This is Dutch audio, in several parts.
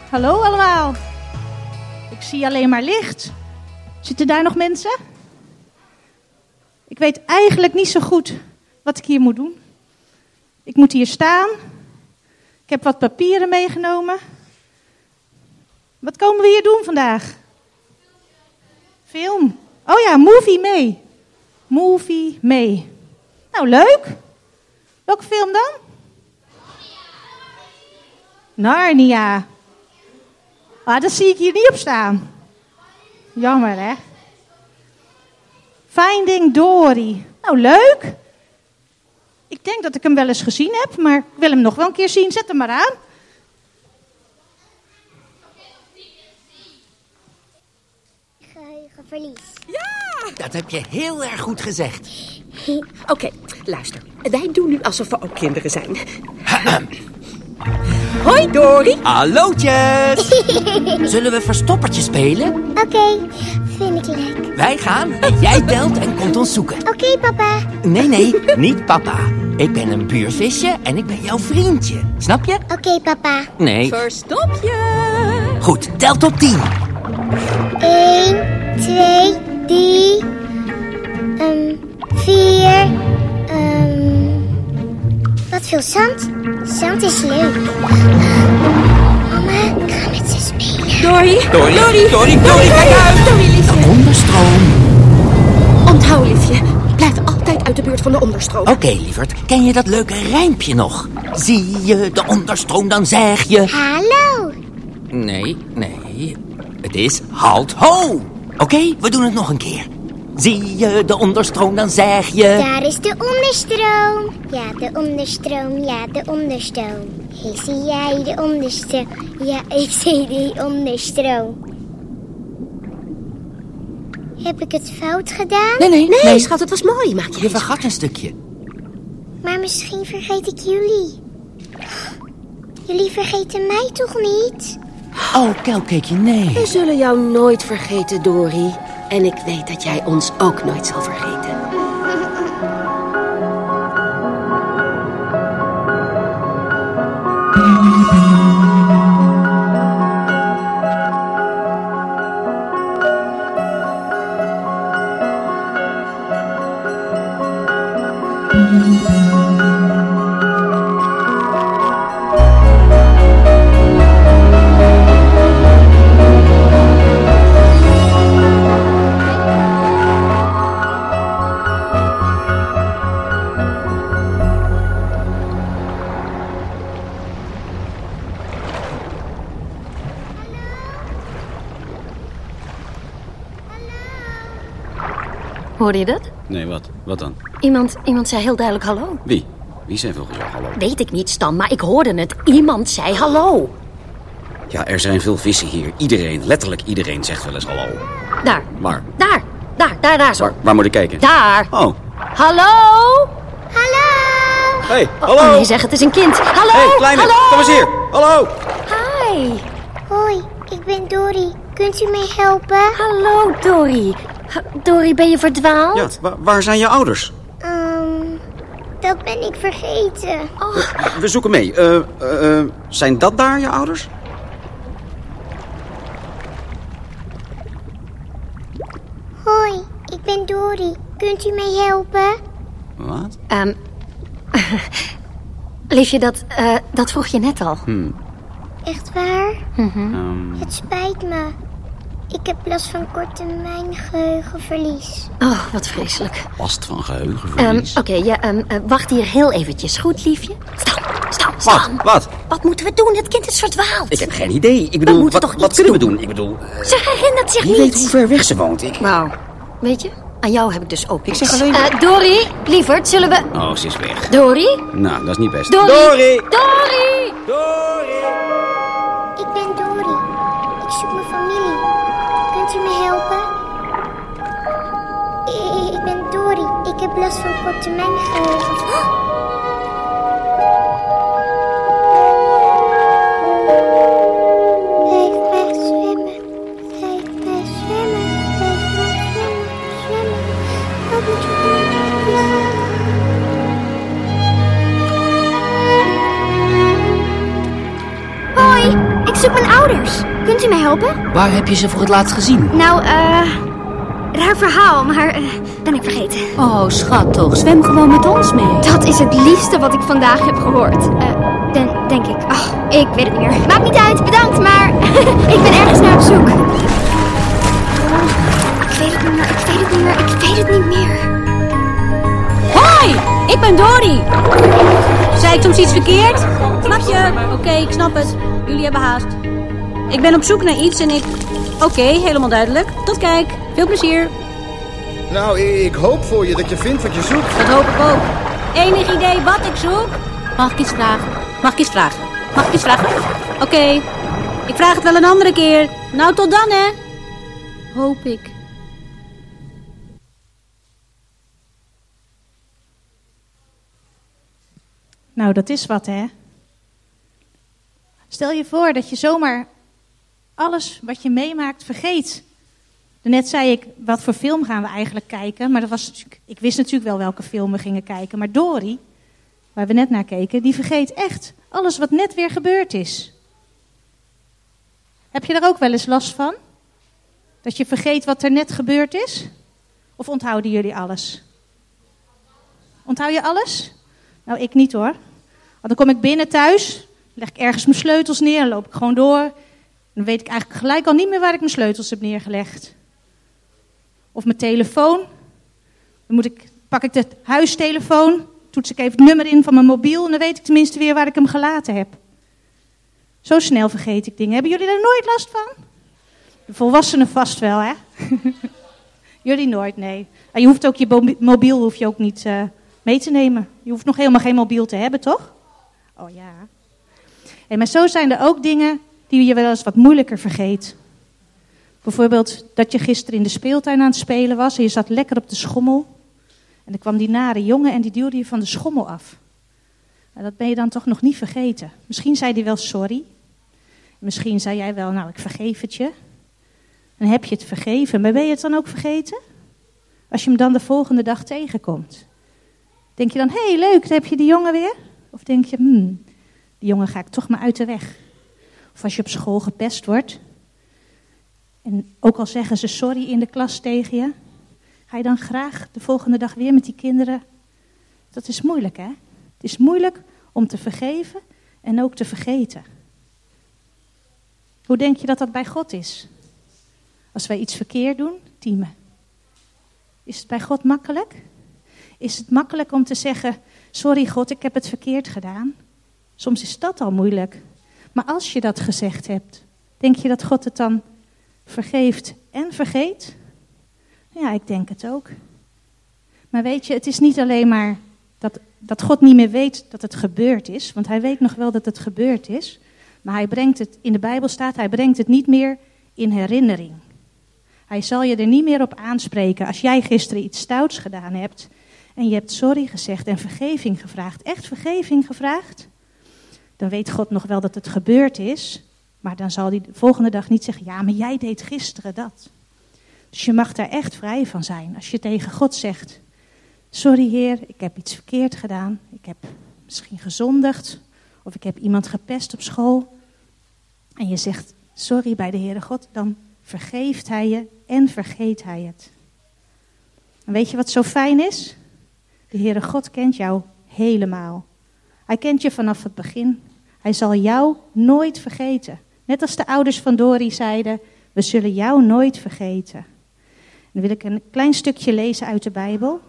Hallo allemaal. Ik zie alleen maar licht. Zitten daar nog mensen? Ik weet eigenlijk niet zo goed wat ik hier moet doen. Ik moet hier staan. Ik heb wat papieren meegenomen. Wat komen we hier doen vandaag? Film. Oh ja, movie mee. Movie mee. Nou, leuk. Welke film dan? Narnia. Ah, dat zie ik hier niet op staan. Jammer, hè? Finding Dory. Nou, leuk. Ik denk dat ik hem wel eens gezien heb, maar ik wil hem nog wel een keer zien. Zet hem maar aan. Geheugenverlies. Ja! Dat heb je heel erg goed gezegd. Oké, luister. Wij doen nu alsof we ook kinderen zijn. Hoi, Dory. Hallootjes! Zullen we verstoppertje spelen? Oké, vind ik leuk. Wij gaan en jij telt en komt ons zoeken. Oké, papa. Nee, niet papa. Ik ben een buurvisje en ik ben jouw vriendje. Snap je? Oké, papa. Nee. Verstop je. Goed, tel tot 10. 1, 2, 3, 4. Wat veel zand. Zand is leuk. Mama, ik ga met ze spelen. Dory, kijk uit! Dory, liefje. De onderstroom. Onthoud, liefje. Blijf altijd uit de buurt van de onderstroom. Oké, lieverd. Ken je dat leuke rijmpje nog? Zie je de onderstroom, dan zeg je... Hallo. Nee. Het is halt ho. Oké, we doen het nog een keer. Zie je de onderstroom, dan zeg je... Daar is de onderstroom. Ja, de onderstroom. Ja, de onderstroom. Hey, zie jij de onderstroom? Ja, ik zie die onderstroom. Heb ik het fout gedaan? Nee, schat, het was mooi. Maak je Je vergat een stukje. Maar misschien vergeet ik jullie. Jullie vergeten mij toch niet? Oh, kelkkeekje, nee. We zullen jou nooit vergeten, Dory. En ik weet dat jij ons ook nooit zal vergeten. Hoorde je dat? Nee, wat? Wat dan? Iemand zei heel duidelijk hallo. Wie? Wie zei volgens jou hallo? Weet ik niet, Stan, maar ik hoorde het. Iemand zei hallo. Ja, er zijn veel vissen hier. Iedereen, letterlijk iedereen zegt wel eens hallo. Daar. Waar? Daar zo. Waar moet ik kijken? Daar. Oh. Hallo? Hallo. Hey, hallo. Oh nee, zeg, het is een kind. Hallo? Hey, kleine, hallo? kom eens hier. Hallo. Hi. Hoi, ik ben Dory. Kunt u mij helpen? Hallo, Dory. Dory, ben je verdwaald? Ja, waar zijn je ouders? Dat ben ik vergeten. We zoeken mee. Zijn dat daar je ouders? Hoi, ik ben Dory. Kunt u mij helpen? Wat? Liefje, dat vroeg je net al. Echt waar? Het spijt me. Ik heb last van korttermijn geheugenverlies. Oh, wat vreselijk. Last van geheugenverlies? Oké, wacht hier heel eventjes. Goed, liefje? Stan. Wat? moeten we doen? Het kind is verdwaald. Ik heb geen idee. Ik bedoel, moeten toch wat iets kunnen we doen? Ik bedoel, Ze herinnert zich wie weet niet. hoe ver weg ze woont. Wauw. Weet je, aan jou heb ik dus ook Ik niks. zeg alleen... Dory, lieverd, zullen we... Oh, ze is weg. Dory? Nou, dat is niet best. Dory! Dory! Dory! Dory! Ik ben Dory. Ik zoek mijn familie. Kunt u me helpen? Ik ben Dory. Ik heb last van korttermijn geheugenverlies. Hoi, ik zoek mijn ouders. helpen? Waar heb je ze voor het laatst gezien? Nou, raar verhaal, maar ben ik vergeten. Oh, schat toch. Zwem gewoon met ons mee. Dat is het liefste wat ik vandaag heb gehoord. Denk ik. Ach, ik weet het niet meer. Maakt niet uit, bedankt, maar ik ben ergens naar op zoek. Ik weet het niet meer. Hoi, ik ben Dory. Zei ik soms iets verkeerd? Snap je? Oké, ik snap het. Jullie hebben haast. Ik ben op zoek naar iets en ik... Oké, helemaal duidelijk. Tot kijk. Veel plezier. Nou, ik hoop voor je dat je vindt wat je zoekt. Dat hoop ik ook. Enig idee wat ik zoek? Mag ik iets vragen? Oké. Ik vraag het wel een andere keer. Nou, tot dan, hè. Hoop ik. Nou, dat is wat, hè? Stel je voor dat je zomaar alles wat je meemaakt vergeet. Daarnet zei ik, wat voor film gaan we eigenlijk kijken? Maar ik wist natuurlijk wel welke film we gingen kijken. Maar Dory, waar we net naar keken, die vergeet echt alles wat net weer gebeurd is. Heb je daar ook wel eens last van? Dat je vergeet wat er net gebeurd is? Of onthouden jullie alles? Onthoud je alles? Nou, ik niet hoor. Want dan kom ik binnen thuis, leg ik ergens mijn sleutels neer en loop ik gewoon door. Dan weet ik eigenlijk gelijk al niet meer waar ik mijn sleutels heb neergelegd. Of mijn telefoon. Dan pak ik de huistelefoon, toets ik even het nummer in van mijn mobiel en dan weet ik tenminste weer waar ik hem gelaten heb. Zo snel vergeet ik dingen. Hebben jullie daar nooit last van? De volwassenen vast wel, hè? Jullie nooit, nee. Je hoeft ook je mobiel ook niet mee te nemen. Je hoeft nog helemaal geen mobiel te hebben, toch? Oh ja. Hey, maar zo zijn er ook dingen die je wel eens wat moeilijker vergeet. Bijvoorbeeld dat je gisteren in de speeltuin aan het spelen was en je zat lekker op de schommel. En er kwam die nare jongen en die duwde je van de schommel af. Nou, dat ben je dan toch nog niet vergeten. Misschien zei hij wel sorry. Misschien zei jij wel, nou ik vergeef het je. En heb je het vergeven, maar ben je het dan ook vergeten? Als je hem dan de volgende dag tegenkomt. Denk je dan, hé, leuk, dan heb je die jongen weer? Of denk je, die jongen ga ik toch maar uit de weg. Of als je op school gepest wordt. En ook al zeggen ze sorry in de klas tegen je. Ga je dan graag de volgende dag weer met die kinderen? Dat is moeilijk, hè? Het is moeilijk om te vergeven en ook te vergeten. Hoe denk je dat dat bij God is? Als wij iets verkeerd doen, Tieme. Is het bij God makkelijk? Is het makkelijk om te zeggen, sorry God, ik heb het verkeerd gedaan? Soms is dat al moeilijk. Maar als je dat gezegd hebt, denk je dat God het dan vergeeft en vergeet? Ja, ik denk het ook. Maar weet je, het is niet alleen maar dat God niet meer weet dat het gebeurd is. Want hij weet nog wel dat het gebeurd is. Maar hij brengt het, in de Bijbel staat, hij brengt het niet meer in herinnering. Hij zal je er niet meer op aanspreken. Als jij gisteren iets stouts gedaan hebt en je hebt sorry gezegd en vergeving gevraagd, echt vergeving gevraagd, dan weet God nog wel dat het gebeurd is. Maar dan zal hij de volgende dag niet zeggen, ja, maar jij deed gisteren dat. Dus je mag daar echt vrij van zijn. Als je tegen God zegt, sorry Heer, ik heb iets verkeerd gedaan. Ik heb misschien gezondigd. Of ik heb iemand gepest op school. En je zegt, sorry bij de Heere God. Dan vergeeft hij je en vergeet hij het. En weet je wat zo fijn is? De Heere God kent jou helemaal. Hij kent je vanaf het begin. Hij zal jou nooit vergeten. Net als de ouders van Dory zeiden, we zullen jou nooit vergeten. En dan wil ik een klein stukje lezen uit de Bijbel.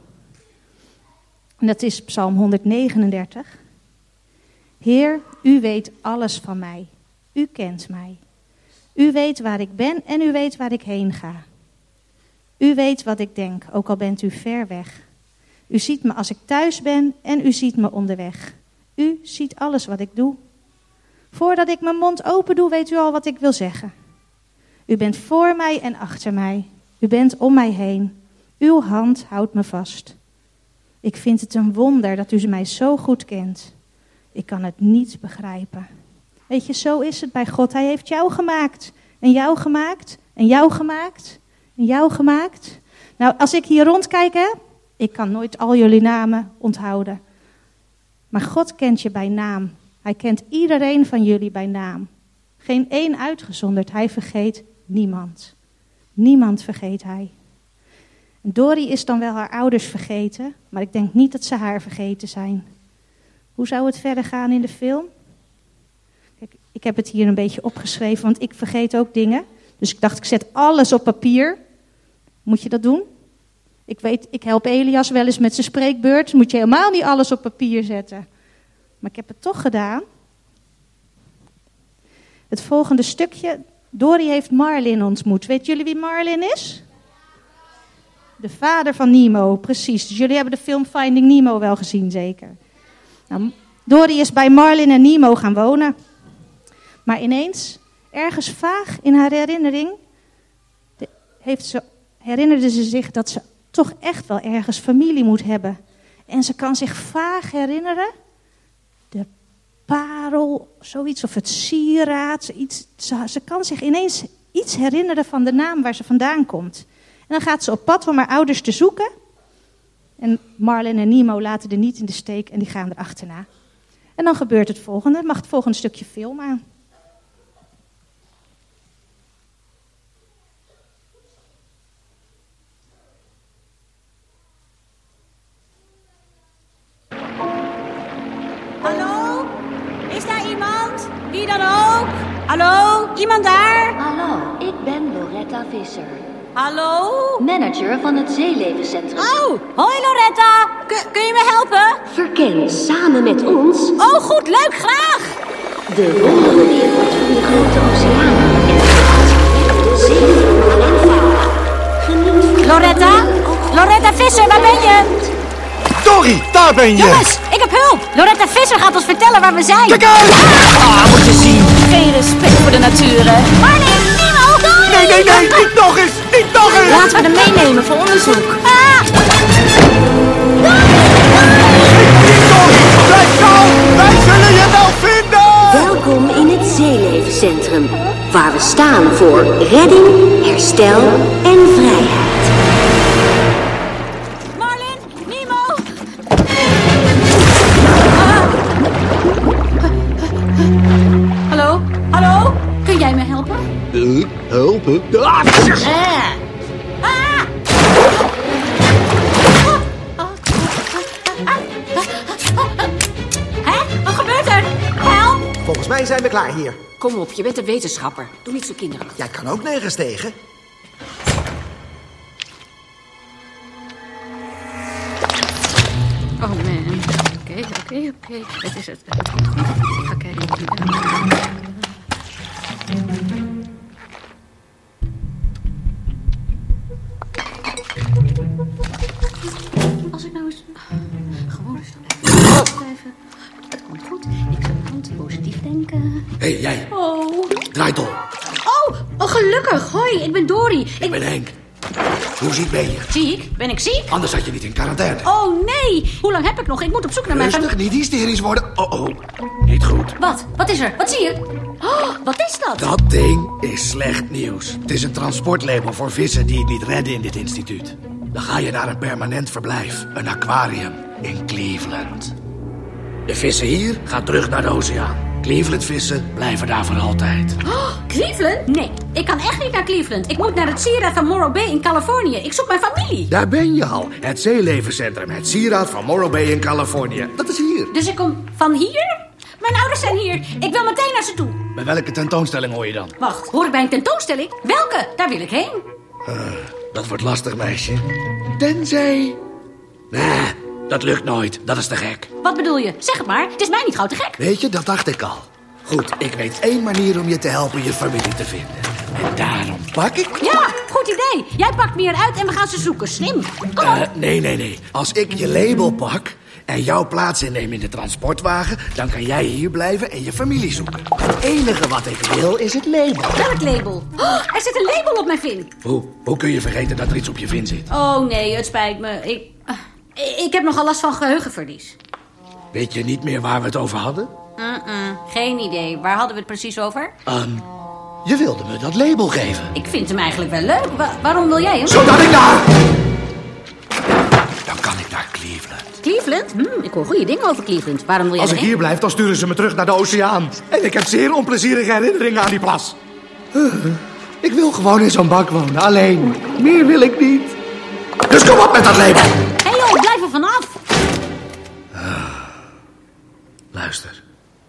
En dat is Psalm 139. Heer, u weet alles van mij. U kent mij. U weet waar ik ben en u weet waar ik heen ga. U weet wat ik denk, ook al bent u ver weg. U ziet me als ik thuis ben en u ziet me onderweg. U ziet alles wat ik doe. Voordat ik mijn mond open doe, weet u al wat ik wil zeggen. U bent voor mij en achter mij. U bent om mij heen. Uw hand houdt me vast. Ik vind het een wonder dat u mij zo goed kent. Ik kan het niet begrijpen. Weet je, zo is het bij God. Hij heeft jou gemaakt. En jou gemaakt. En jou gemaakt. En jou gemaakt. Nou, als ik hier rondkijk, hè, ik kan nooit al jullie namen onthouden. Maar God kent je bij naam. Hij kent iedereen van jullie bij naam. Geen één uitgezonderd. Hij vergeet niemand. Niemand vergeet hij. En Dory is dan wel haar ouders vergeten, maar ik denk niet dat ze haar vergeten zijn. Hoe zou het verder gaan in de film? Kijk, ik heb het hier een beetje opgeschreven, want ik vergeet ook dingen. Dus ik dacht, ik zet alles op papier. Moet je dat doen? Ik weet, ik help Elias wel eens met zijn spreekbeurt. Dus moet je helemaal niet alles op papier zetten. Maar ik heb het toch gedaan. Het volgende stukje. Dory heeft Marlin ontmoet. Weet jullie wie Marlin is? De vader van Nemo, precies. Dus jullie hebben de film Finding Nemo wel gezien, zeker. Nou, Dory is bij Marlin en Nemo gaan wonen. Maar ineens, ergens vaag in haar herinnering, herinnerde ze zich dat ze toch echt wel ergens familie moet hebben. En ze kan zich vaag herinneren, de parel, zoiets, of het sieraad. Ze kan zich ineens iets herinneren van de naam waar ze vandaan komt. En dan gaat ze op pad om haar ouders te zoeken. En Marlin en Nemo laten er niet in de steek en die gaan er achterna. En dan gebeurt het volgende. Mag het volgende stukje film aan? Hallo? Is daar iemand? Wie dan ook? Hallo? Iemand daar? Hallo, ik ben Loretta Visser. Hallo? Manager van het Zeelevencentrum. Oh, hoi Loretta. Kun je me helpen? Verken samen met ons... Oh, goed, leuk, graag. De wondere wereld van de grote oceanen en de zeeleven en fauna. Geniet van... Loretta Visser, waar ben je? Dory, daar ben je! Jongens, ik heb hulp. Loretta Visser gaat ons vertellen waar we zijn. Kijk uit! Moet je zien. Geen respect voor de natuur, hè? Marlin, Nemo, Dory! Nee, niet nog eens! Niet nog eens! Laten we hem meenemen voor onderzoek. Blijf kalm! Wij zullen je wel vinden! Welkom in het Zeelevencentrum, waar we staan voor redding, herstel en vrijheid. Marlin, Nemo! Hallo? Kun jij me helpen? Helpen? Hè? Wat gebeurt er? Help! Volgens mij zijn we klaar hier. Kom op, je bent een wetenschapper. Doe niet zo kinderachtig. Jij kan ook nergens tegen. Oh man. Oké. Het is het. Oké. Als ik nou eens gewoon even. Het komt goed. Ik zal altijd positief denken. Hé, jij. Oh. Draai om. Oh, gelukkig. Hoi, ik ben Dory. Ik ben Henk. Hoe ziek ben je? Ziek? Ben ik ziek? Anders had je niet in quarantaine. Oh nee. Hoe lang heb ik nog? Ik moet op zoek naar mijn... Rustig, niet hysterisch worden. Oh. Niet goed. Wat? Wat is er? Wat zie je? Oh, wat is dat? Dat ding is slecht nieuws. Het is een transportlabel voor vissen die het niet redden in dit instituut. Dan ga je naar een permanent verblijf. Een aquarium in Cleveland. De vissen hier gaan terug naar de oceaan. Cleveland vissen blijven daar voor altijd. Oh, Cleveland? Nee, ik kan echt niet naar Cleveland. Ik moet naar het sieraad van Morro Bay in Californië. Ik zoek mijn familie. Daar ben je al. Het Zeelevencentrum. Het sieraad van Morro Bay in Californië. Dat is hier. Dus ik kom van hier? Mijn ouders zijn hier. Ik wil meteen naar ze toe. Bij welke tentoonstelling hoor je dan? Wacht, hoor ik bij een tentoonstelling? Welke? Daar wil ik heen. Dat wordt lastig, meisje. Tenzij... Nee, dat lukt nooit. Dat is te gek. Wat bedoel je? Zeg het maar. Het is mij niet gauw te gek. Weet je, dat dacht ik al. Goed, ik weet 1 manier om je te helpen je familie te vinden. En daarom pak ik... Ja, goed idee. Jij pakt me eruit en we gaan ze zoeken. Slim. Kom op. Nee. Als ik je label pak en jouw plaats inneem in de transportwagen... dan kan jij hier blijven en je familie zoeken. Het enige wat ik wil is het label. Welk label? Oh, er zit een label op mijn vin. Hoe kun je vergeten dat er iets op je vin zit? Oh nee, het spijt me. Ik heb nogal last van geheugenverlies. Weet je niet meer waar we het over hadden? Geen idee. Waar hadden we het precies over? Je wilde me dat label geven. Ik vind hem eigenlijk wel leuk. Waarom wil jij hem? Zodat ik daar... dan kan ik naar Cleveland. Cleveland? Ik hoor goede dingen over Cleveland. Waarom wil je Als ik erheen? hier blijf, dan sturen ze me terug naar de oceaan. En ik heb zeer onplezierige herinneringen aan die plas. Ik wil gewoon in zo'n bak wonen, alleen. Meer wil ik niet. Dus kom op met dat label. Hé joh, blijf er vanaf. Luister.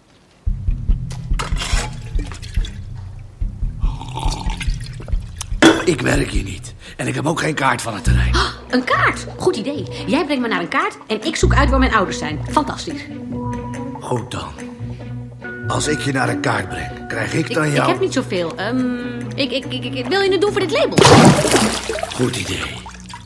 Ik werk hier niet. En ik heb ook geen kaart van het terrein. Een kaart. Goed idee. Jij brengt me naar een kaart en ik zoek uit waar mijn ouders zijn. Fantastisch. Goed dan. Als ik je naar een kaart breng, krijg ik dan jou... Ik heb niet zoveel. Wil je het doen voor dit label? Goed idee.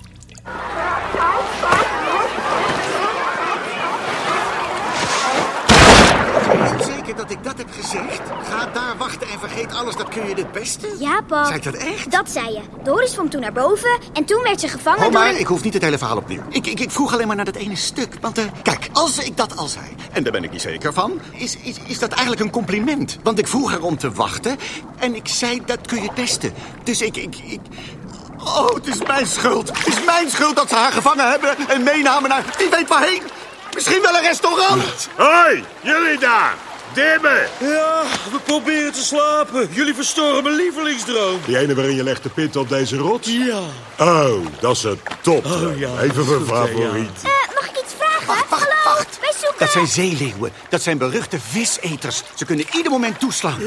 Zeker dat ik dat heb gezegd? Ga daar wachten en vergeet alles, dat kun je het beste. Ja, pa. Zei ik dat echt? Dat zei je. Doris zwom toen naar boven en toen werd ze gevangen Oh, door... maar ik hoef niet het hele verhaal opnieuw. Ik vroeg alleen maar naar dat ene stuk. Want kijk, als ik dat al zei, en daar ben ik niet zeker van... is dat eigenlijk een compliment. Want ik vroeg haar om te wachten en ik zei, dat kun je het beste. Dus Oh, het is mijn schuld. Het is mijn schuld dat ze haar gevangen hebben en meenamen naar... Wie weet waarheen? Misschien wel een restaurant. Hoi, jullie daar! Dimmen! Ja, we proberen te slapen. Jullie verstoren mijn lievelingsdroom. Die ene waarin je legt de pint op deze rots? Ja. Oh, dat is een top. ja, even mijn goed, favoriet. Mag ik iets vragen? Wacht. Wij zoeken... Dat zijn zeeleeuwen. Dat zijn beruchte viseters. Ze kunnen ieder moment toeslaan.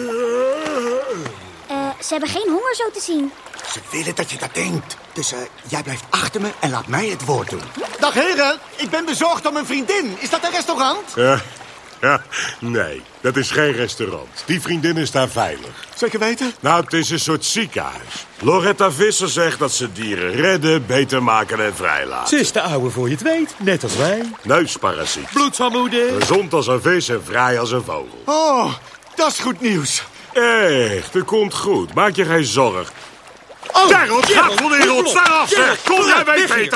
Ze hebben geen honger zo te zien. Ze willen dat je dat denkt. Dus jij blijft achter me en laat mij het woord doen. Dag heren, ik ben bezorgd om een vriendin. Is dat een restaurant? Ja, nee, dat is geen restaurant. Die vriendin is daar veilig. Zeker weten? Nou, het is een soort ziekenhuis. Loretta Visser zegt dat ze dieren redden, beter maken en vrijlaten. Ze is te oude voor je het weet, net als wij. Neusparasiet. Bloedsarmoede. Gezond als een vis en vrij als een vogel. Oh, dat is goed nieuws. Echt, het komt goed. Maak je geen zorg. Oh, Gerald, Wereld, sta af, zeg! Kom jij mee, Peter!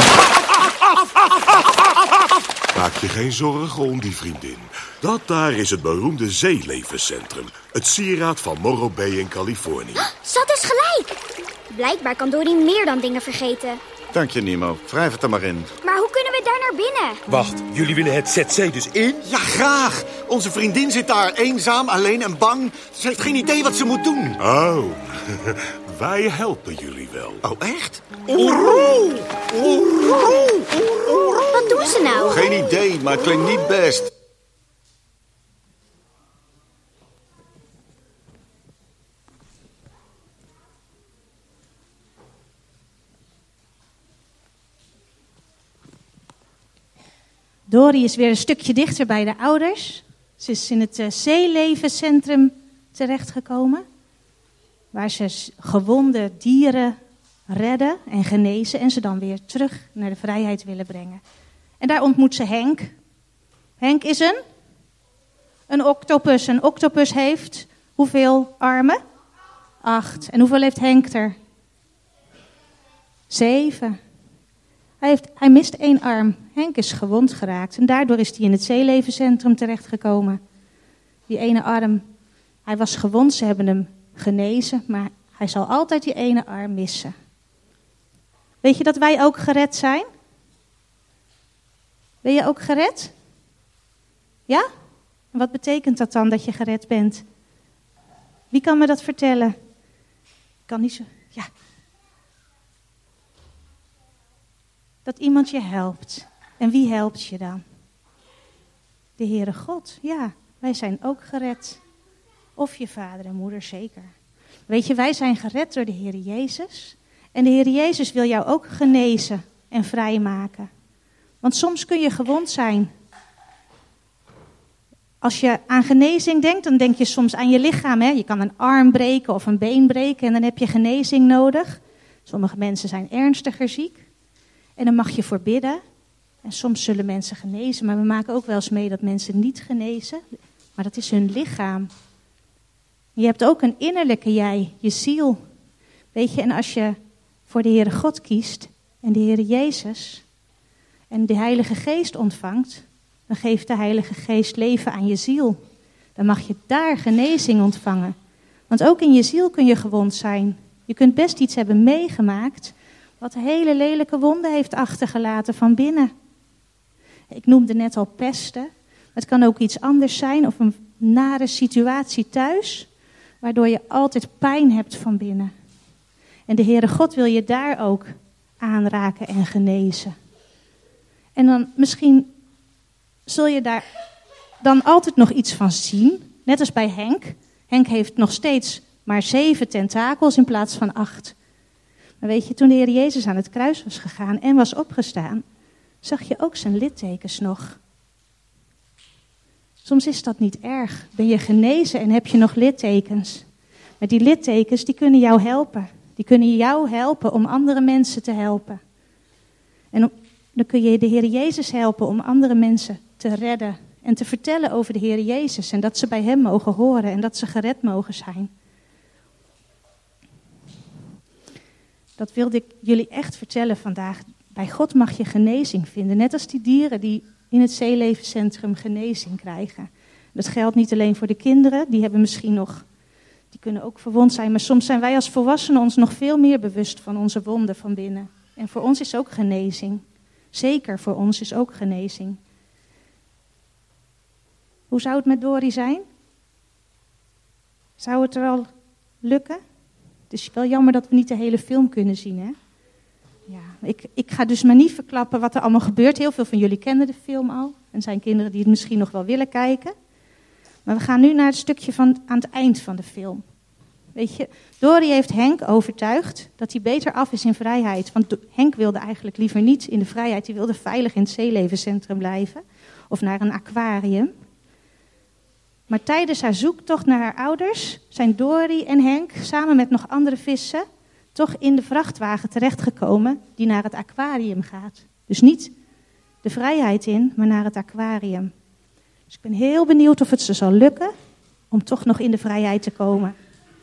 Maak je geen zorgen om die vriendin. Dat daar is het beroemde zeelevencentrum. Het sieraad van Morro Bay in Californië. Ze had dus gelijk. Blijkbaar kan Dory meer dan dingen vergeten. Dank je, Nemo. Wrijf het er maar in. Maar hoe kunnen we daar naar binnen? Wacht, jullie willen het ZC dus in? Ja, graag. Onze vriendin zit daar eenzaam, alleen en bang. Ze heeft geen idee wat ze moet doen. Oh, wij helpen jullie wel. Oh, echt? Oeroe! Wat doen ze nou? Geen idee, maar het klinkt niet best. Dory is weer een stukje dichter bij de ouders. Ze is in het zeelevencentrum terechtgekomen. Waar ze gewonde dieren redden en genezen. En ze dan weer terug naar de vrijheid willen brengen. En daar ontmoet ze Henk. Henk is een octopus. Een octopus heeft hoeveel armen? 8. En hoeveel heeft Henk er? 7. Hij mist 1 arm. Henk is gewond geraakt. En daardoor is hij in het zeelevencentrum terechtgekomen. Die ene arm. Hij was gewond, ze hebben hem genezen. Maar hij zal altijd die ene arm missen. Weet je dat wij ook gered zijn? Ben je ook gered? Ja? En wat betekent dat dan, dat je gered bent? Wie kan me dat vertellen? Ik kan niet zo... Ja. Dat iemand je helpt. En wie helpt je dan? De Heere God, ja. Wij zijn ook gered. Of je vader en moeder, zeker. Weet je, wij zijn gered door de Heere Jezus. En de Heere Jezus wil jou ook genezen en vrijmaken. Want soms kun je gewond zijn. Als je aan genezing denkt, dan denk je soms aan je lichaam. Hè? Je kan een arm breken of een been breken en dan heb je genezing nodig. Sommige mensen zijn ernstiger ziek. En dan mag je voor bidden. En soms zullen mensen genezen, maar we maken ook wel eens mee dat mensen niet genezen. Maar dat is hun lichaam. Je hebt ook een innerlijke jij, je ziel. Weet je, en als je voor de Heere God kiest en de Heere Jezus en de Heilige Geest ontvangt, dan geeft de Heilige Geest leven aan je ziel. Dan mag je daar genezing ontvangen. Want ook in je ziel kun je gewond zijn. Je kunt best iets hebben meegemaakt wat hele lelijke wonden heeft achtergelaten van binnen. Ik noemde net al pesten. Het kan ook iets anders zijn of een nare situatie thuis, waardoor je altijd pijn hebt van binnen. En de Heere God wil je daar ook aanraken en genezen. En dan misschien zul je daar dan altijd nog iets van zien. Net als bij Henk. Henk heeft nog steeds maar 7 tentakels in plaats van 8. Maar weet je, toen de Heer Jezus aan het kruis was gegaan en was opgestaan, zag je ook zijn littekens nog. Soms is dat niet erg. Ben je genezen en heb je nog littekens. Maar die littekens die kunnen jou helpen. Die kunnen jou helpen om andere mensen te helpen. En dan kun je de Heer Jezus helpen om andere mensen te redden. En te vertellen over de Heer Jezus. En dat ze bij hem mogen horen en dat ze gered mogen zijn. Dat wilde ik jullie echt vertellen vandaag. Bij God mag je genezing vinden. Net als die dieren die in het Zeelevencentrum genezing krijgen. Dat geldt niet alleen voor de kinderen. Die hebben misschien nog, die kunnen ook verwond zijn. Maar soms zijn wij als volwassenen ons nog veel meer bewust van onze wonden van binnen. En voor ons is ook genezing. Zeker voor ons is ook genezing. Hoe zou het met Dori zijn? Zou het er wel lukken? Het is wel jammer dat we niet de hele film kunnen zien, hè? Ja, ik ga dus maar niet verklappen wat er allemaal gebeurt. Heel veel van jullie kennen de film al. En zijn kinderen die het misschien nog wel willen kijken. Maar we gaan nu naar het stukje aan het eind van de film. Weet je, Dori heeft Henk overtuigd dat hij beter af is in vrijheid. Want Henk wilde eigenlijk liever niet in de vrijheid. Hij wilde veilig in het Zeelevencentrum blijven. Of naar een aquarium. Maar tijdens haar zoektocht naar haar ouders zijn Dori en Henk samen met nog andere vissen toch in de vrachtwagen terechtgekomen die naar het aquarium gaat. Dus niet de vrijheid in, maar naar het aquarium. Dus ik ben heel benieuwd of het ze zal lukken om toch nog in de vrijheid te komen.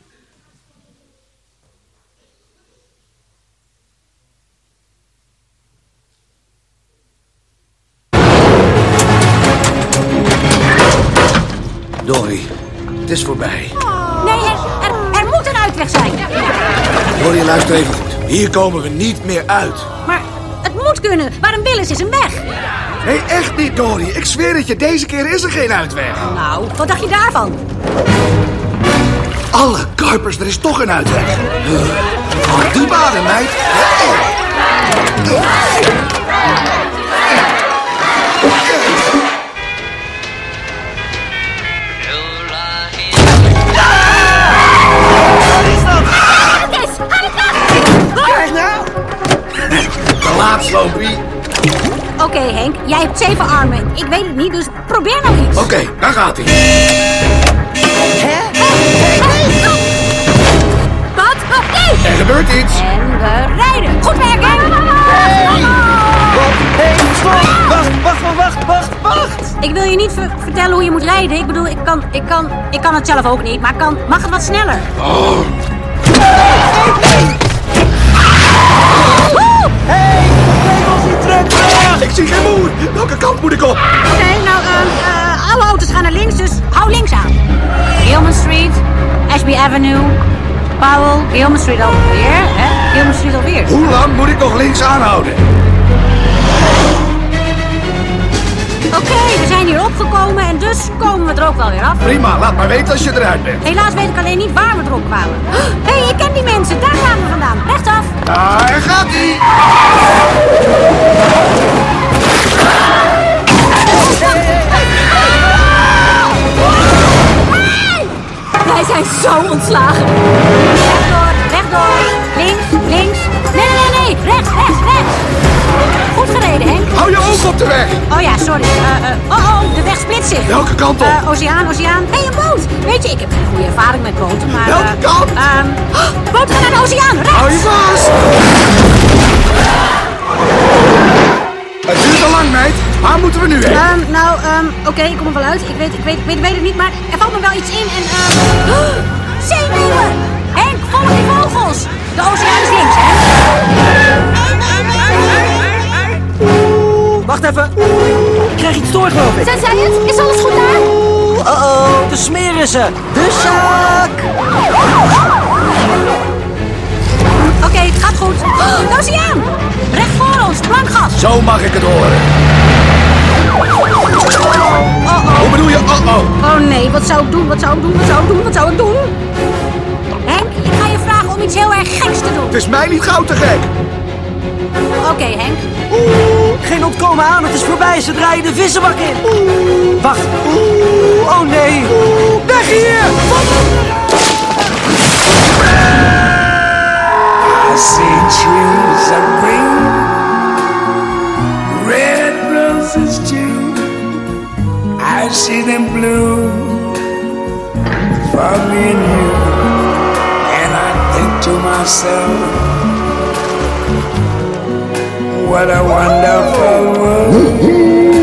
Dori, het is voorbij. Nee, er moet een uitweg zijn. Dori, luister even goed. Hier komen we niet meer uit. Maar het moet kunnen. Waar een wil is een weg. Nee, echt niet, Dori. Ik zweer het je, deze keer is er geen uitweg. Nou, wat dacht je daarvan? Alle karpers, er is toch een uitweg. Oh, die baden, meid. Te laat, Slopie. Oké, Henk, jij hebt 7 armen. Ik weet het niet, dus probeer nou iets. Oké, daar gaat hij. Wat? Nee! Er gebeurt iets. En we rijden. Goed werk, Henk. Hey, stop. Wacht. Ik wil je niet vertellen hoe je moet rijden. Ik bedoel, ik kan het zelf ook niet, maar mag het wat sneller. Oh. Hey, neem ons die truck terug. Ik zie geen moer. Welke kant moet ik op? Oké, nou, alle auto's gaan naar links, dus hou links aan. Gilman Street, Ashby Avenue, Powell, Gilman Street alweer, hè? Gilman Street alweer. Hoe lang moet ik nog links aanhouden? Oké, we zijn hier opgekomen en dus komen we er ook wel weer af. Prima, laat maar weten als je eruit bent. Helaas weet ik alleen niet waar we erop kwamen. Hé, ik ken die mensen, daar gaan we vandaan. Rechtsaf. Daar gaat hij. Wij zijn zo ontslagen. Rechtdoor. Links. Nee. Rechts. Goed gereden, Henk. Hou je oog op de weg. Oh ja, sorry. De weg splitst zich. Welke kant op? Oceaan. Hé, een boot. Weet je, ik heb geen goede ervaring met boten, maar... Welke kant? Boten gaan naar de oceaan. Rechts. Hou je vast. Het duurt al lang, meid. Waar moeten we nu heen? Oké, ik kom er wel uit. Ik weet het niet, maar er valt me wel iets in en... Zeemeeuwen! Henk, volg die vogels! De oceaan is links, hè? Wacht even. Ik krijg iets door, geloof ik. Zijn zij het? Is alles goed daar? Oh, de smeren ze. De zaak. Oké, het gaat goed. Oh, daar is hij aan! Recht voor ons, blankgas. Zo mag ik het horen. Hoe bedoel je, Oh nee, wat zou ik doen? Wat zou ik doen? Henk, ik ga je vragen om iets heel erg geks te doen. Het is mij niet gauw te gek. Oké, Henk. Geen ontkomen aan, het is voorbij. Ze draaien de vissenbak in. Wacht. Oh nee. Weg hier! I see trees of green, red roses too. I see them bloom for me and you. And I think to myself, what a wonderful world.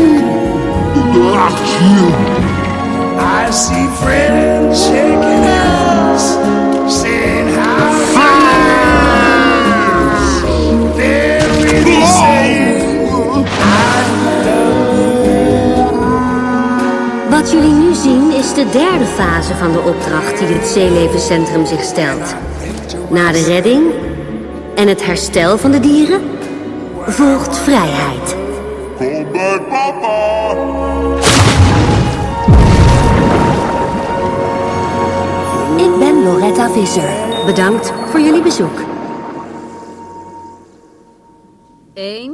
I see friends shaking hands, saying how they're really saying I love you. Wat jullie nu zien is de derde fase van de opdracht die het Zeelevencentrum zich stelt. Na de redding en het herstel van de dieren volgt vrijheid. Kom bij papa! Ik ben Loretta Visser. Bedankt voor jullie bezoek. 1.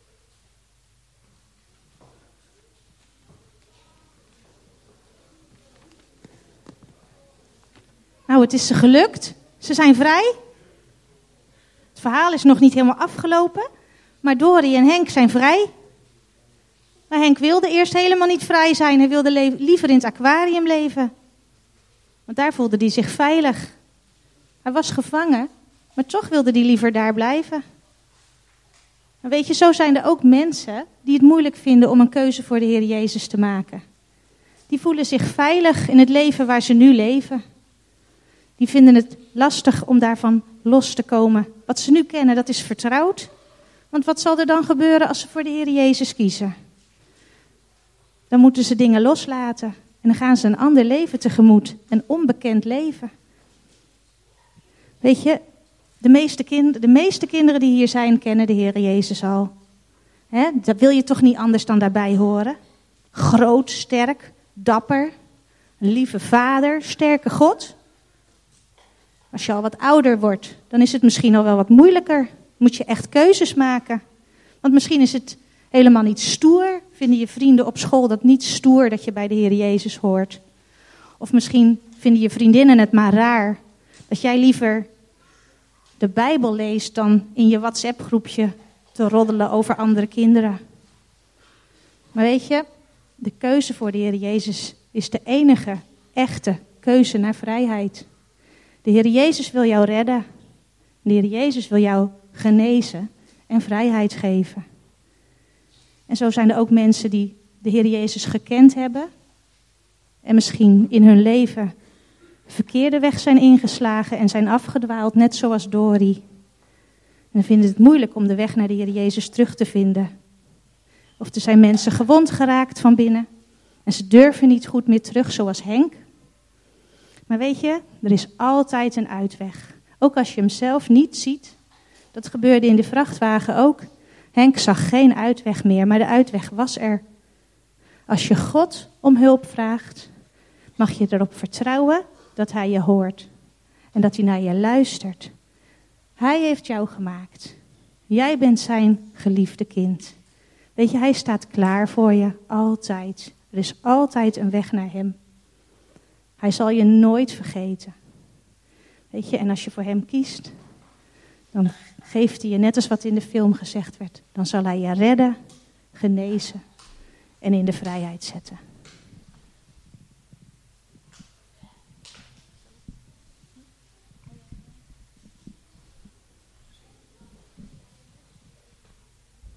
Nou, het is ze gelukt. Ze zijn vrij. Het verhaal is nog niet helemaal afgelopen. Maar Dorie en Henk zijn vrij. Maar Henk wilde eerst helemaal niet vrij zijn. Hij wilde liever in het aquarium leven. Want daar voelde hij zich veilig. Hij was gevangen, maar toch wilde hij liever daar blijven. En weet je, zo zijn er ook mensen die het moeilijk vinden om een keuze voor de Heer Jezus te maken. Die voelen zich veilig in het leven waar ze nu leven. Die vinden het lastig om daarvan los te komen. Wat ze nu kennen, dat is vertrouwd. Want wat zal er dan gebeuren als ze voor de Heer Jezus kiezen? Dan moeten ze dingen loslaten. En dan gaan ze een ander leven tegemoet. Een onbekend leven. Weet je, de meeste kinderen die hier zijn, kennen de Heer Jezus al. Dat wil je toch niet anders dan daarbij horen? Groot, sterk, dapper, een lieve vader, sterke God. Als je al wat ouder wordt, dan is het misschien al wel wat moeilijker. Moet je echt keuzes maken. Want misschien is het helemaal niet stoer. Vinden je vrienden op school dat niet stoer dat je bij de Heer Jezus hoort. Of misschien vinden je vriendinnen het maar raar dat jij liever de Bijbel leest dan in je WhatsApp-groepje te roddelen over andere kinderen. Maar weet je, de keuze voor de Heer Jezus is de enige echte keuze naar vrijheid. De Heer Jezus wil jou redden. De Heer Jezus wil jou genezen en vrijheid geven. En zo zijn er ook mensen die de Heer Jezus gekend hebben en misschien in hun leven de verkeerde weg zijn ingeslagen en zijn afgedwaald, net zoals Dorie. En dan vinden ze het moeilijk om de weg naar de Heer Jezus terug te vinden. Of er zijn mensen gewond geraakt van binnen en ze durven niet goed meer terug, zoals Henk. Maar weet je, er is altijd een uitweg. Ook als je hem zelf niet ziet. Dat gebeurde in de vrachtwagen ook. Henk zag geen uitweg meer, maar de uitweg was er. Als je God om hulp vraagt, mag je erop vertrouwen dat hij je hoort. En dat hij naar je luistert. Hij heeft jou gemaakt. Jij bent zijn geliefde kind. Weet je, hij staat klaar voor je, altijd. Er is altijd een weg naar hem. Hij zal je nooit vergeten. Weet je, en als je voor hem kiest, dan geeft hij je, net als wat in de film gezegd werd, dan zal hij je redden, genezen en in de vrijheid zetten.